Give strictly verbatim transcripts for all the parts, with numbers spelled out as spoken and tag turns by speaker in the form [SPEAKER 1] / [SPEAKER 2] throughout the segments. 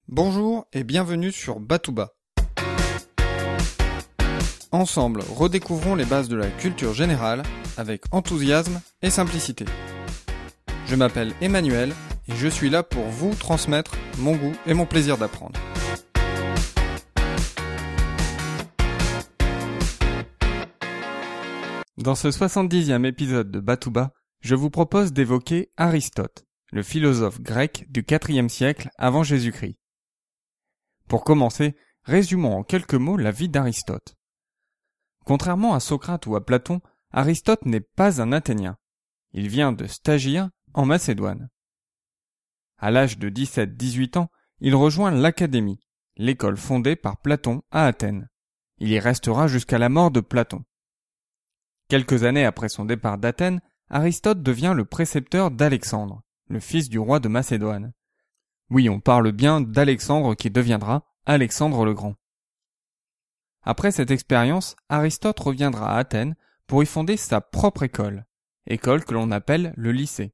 [SPEAKER 1] Bonjour et bienvenue sur Batouba. Ensemble, redécouvrons les bases de la culture générale avec enthousiasme et simplicité. Je m'appelle Emmanuel et je suis là pour vous transmettre mon goût et mon plaisir d'apprendre. Dans ce soixante-dixième épisode de Batouba, je vous propose d'évoquer Aristote, le philosophe grec du quatrième siècle avant Jésus-Christ. Pour commencer, résumons en quelques mots la vie d'Aristote. Contrairement à Socrate ou à Platon, Aristote n'est pas un Athénien. Il vient de Stagir, en Macédoine. À l'âge de dix-sept à dix-huit ans, il rejoint l'Académie, l'école fondée par Platon à Athènes. Il y restera jusqu'à la mort de Platon. Quelques années après son départ d'Athènes, Aristote devient le précepteur d'Alexandre, le fils du roi de Macédoine. Oui, on parle bien d'Alexandre qui deviendra Alexandre le Grand. Après cette expérience, Aristote reviendra à Athènes pour y fonder sa propre école, école que l'on appelle le lycée.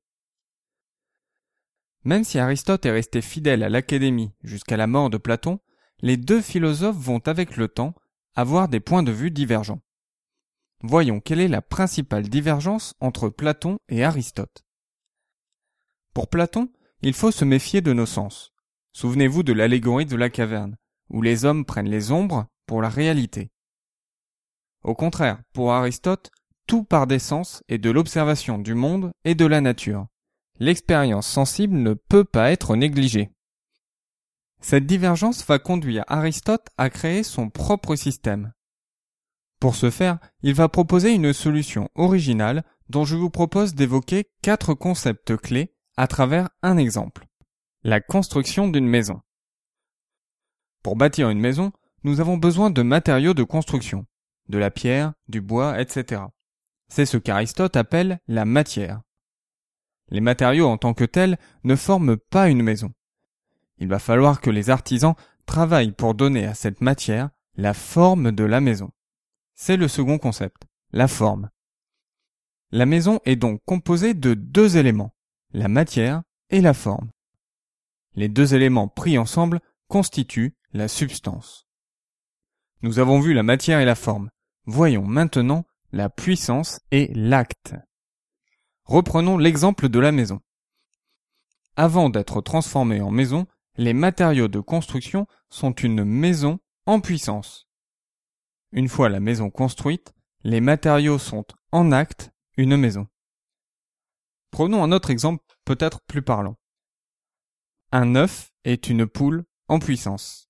[SPEAKER 1] Même si Aristote est resté fidèle à l'Académie jusqu'à la mort de Platon, les deux philosophes vont avec le temps avoir des points de vue divergents. Voyons quelle est la principale divergence entre Platon et Aristote. Pour Platon, il faut se méfier de nos sens. Souvenez-vous de l'allégorie de la caverne, où les hommes prennent les ombres pour la réalité. Au contraire, pour Aristote, tout part des sens et de l'observation du monde et de la nature. L'expérience sensible ne peut pas être négligée. Cette divergence va conduire Aristote à créer son propre système. Pour ce faire, il va proposer une solution originale dont je vous propose d'évoquer quatre concepts clés à travers un exemple. La construction d'une maison. Pour bâtir une maison, nous avons besoin de matériaux de construction, de la pierre, du bois, et cetera. C'est ce qu'Aristote appelle la matière. Les matériaux en tant que tels ne forment pas une maison. Il va falloir que les artisans travaillent pour donner à cette matière la forme de la maison. C'est le second concept, la forme. La maison est donc composée de deux éléments, la matière et la forme. Les deux éléments pris ensemble constituent la substance. Nous avons vu la matière et la forme. Voyons maintenant la puissance et l'acte. Reprenons l'exemple de la maison. Avant d'être transformés en maison, les matériaux de construction sont une maison en puissance. Une fois la maison construite, les matériaux sont en acte une maison. Prenons un autre exemple peut-être plus parlant. Un œuf est une poule en puissance.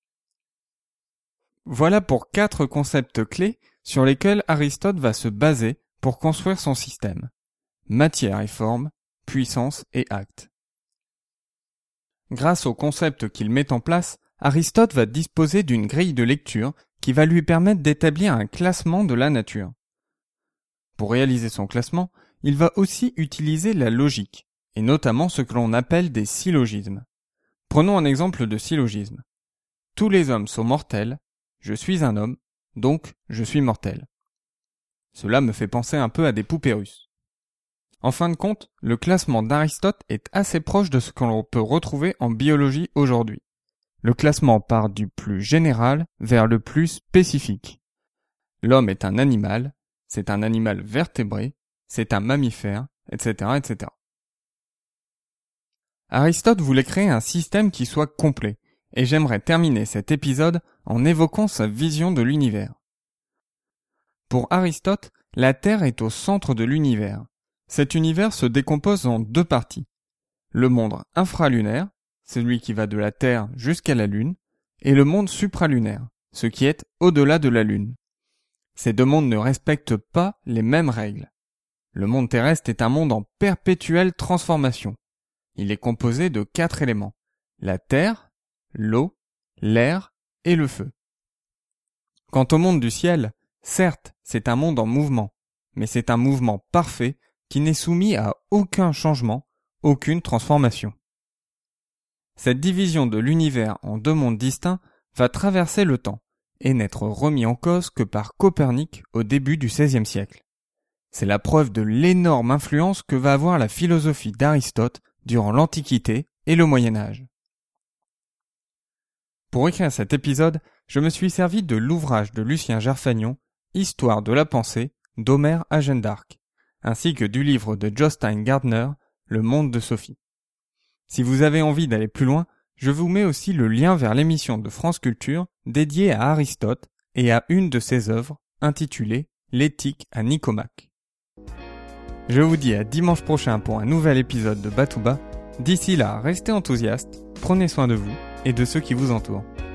[SPEAKER 1] Voilà pour quatre concepts clés sur lesquels Aristote va se baser pour construire son système. Matière et forme, puissance et acte. Grâce aux concepts qu'il met en place, Aristote va disposer d'une grille de lecture qui va lui permettre d'établir un classement de la nature. Pour réaliser son classement, il va aussi utiliser la logique, et notamment ce que l'on appelle des syllogismes. Prenons un exemple de syllogisme. Tous les hommes sont mortels, je suis un homme, donc je suis mortel. Cela me fait penser un peu à des poupées russes. En fin de compte, le classement d'Aristote est assez proche de ce que l'on peut retrouver en biologie aujourd'hui. Le classement part du plus général vers le plus spécifique. L'homme est un animal, c'est un animal vertébré, c'est un mammifère, et cetera, et cetera. Aristote voulait créer un système qui soit complet, et j'aimerais terminer cet épisode en évoquant sa vision de l'univers. Pour Aristote, la Terre est au centre de l'univers. Cet univers se décompose en deux parties. Le monde infralunaire, celui qui va de la Terre jusqu'à la Lune, et le monde supralunaire, ce qui est au-delà de la Lune. Ces deux mondes ne respectent pas les mêmes règles. Le monde terrestre est un monde en perpétuelle transformation. Il est composé de quatre éléments, la terre, l'eau, l'air et le feu. Quant au monde du ciel, certes, c'est un monde en mouvement, mais c'est un mouvement parfait qui n'est soumis à aucun changement, aucune transformation. Cette division de l'univers en deux mondes distincts va traverser le temps et n'être remis en cause que par Copernic au début du seizième siècle. C'est la preuve de l'énorme influence que va avoir la philosophie d'Aristote durant l'Antiquité et le Moyen Âge. Pour écrire cet épisode, je me suis servi de l'ouvrage de Lucien Gerfagnon, Histoire de la pensée, d'Homère à Jeanne d'Arc, ainsi que du livre de Jostein Gardner, Le monde de Sophie. Si vous avez envie d'aller plus loin, je vous mets aussi le lien vers l'émission de France Culture dédiée à Aristote et à une de ses œuvres intitulée L'éthique à Nicomaque. Je vous dis à dimanche prochain pour un nouvel épisode de Batouba. D'ici là, restez enthousiastes, prenez soin de vous et de ceux qui vous entourent.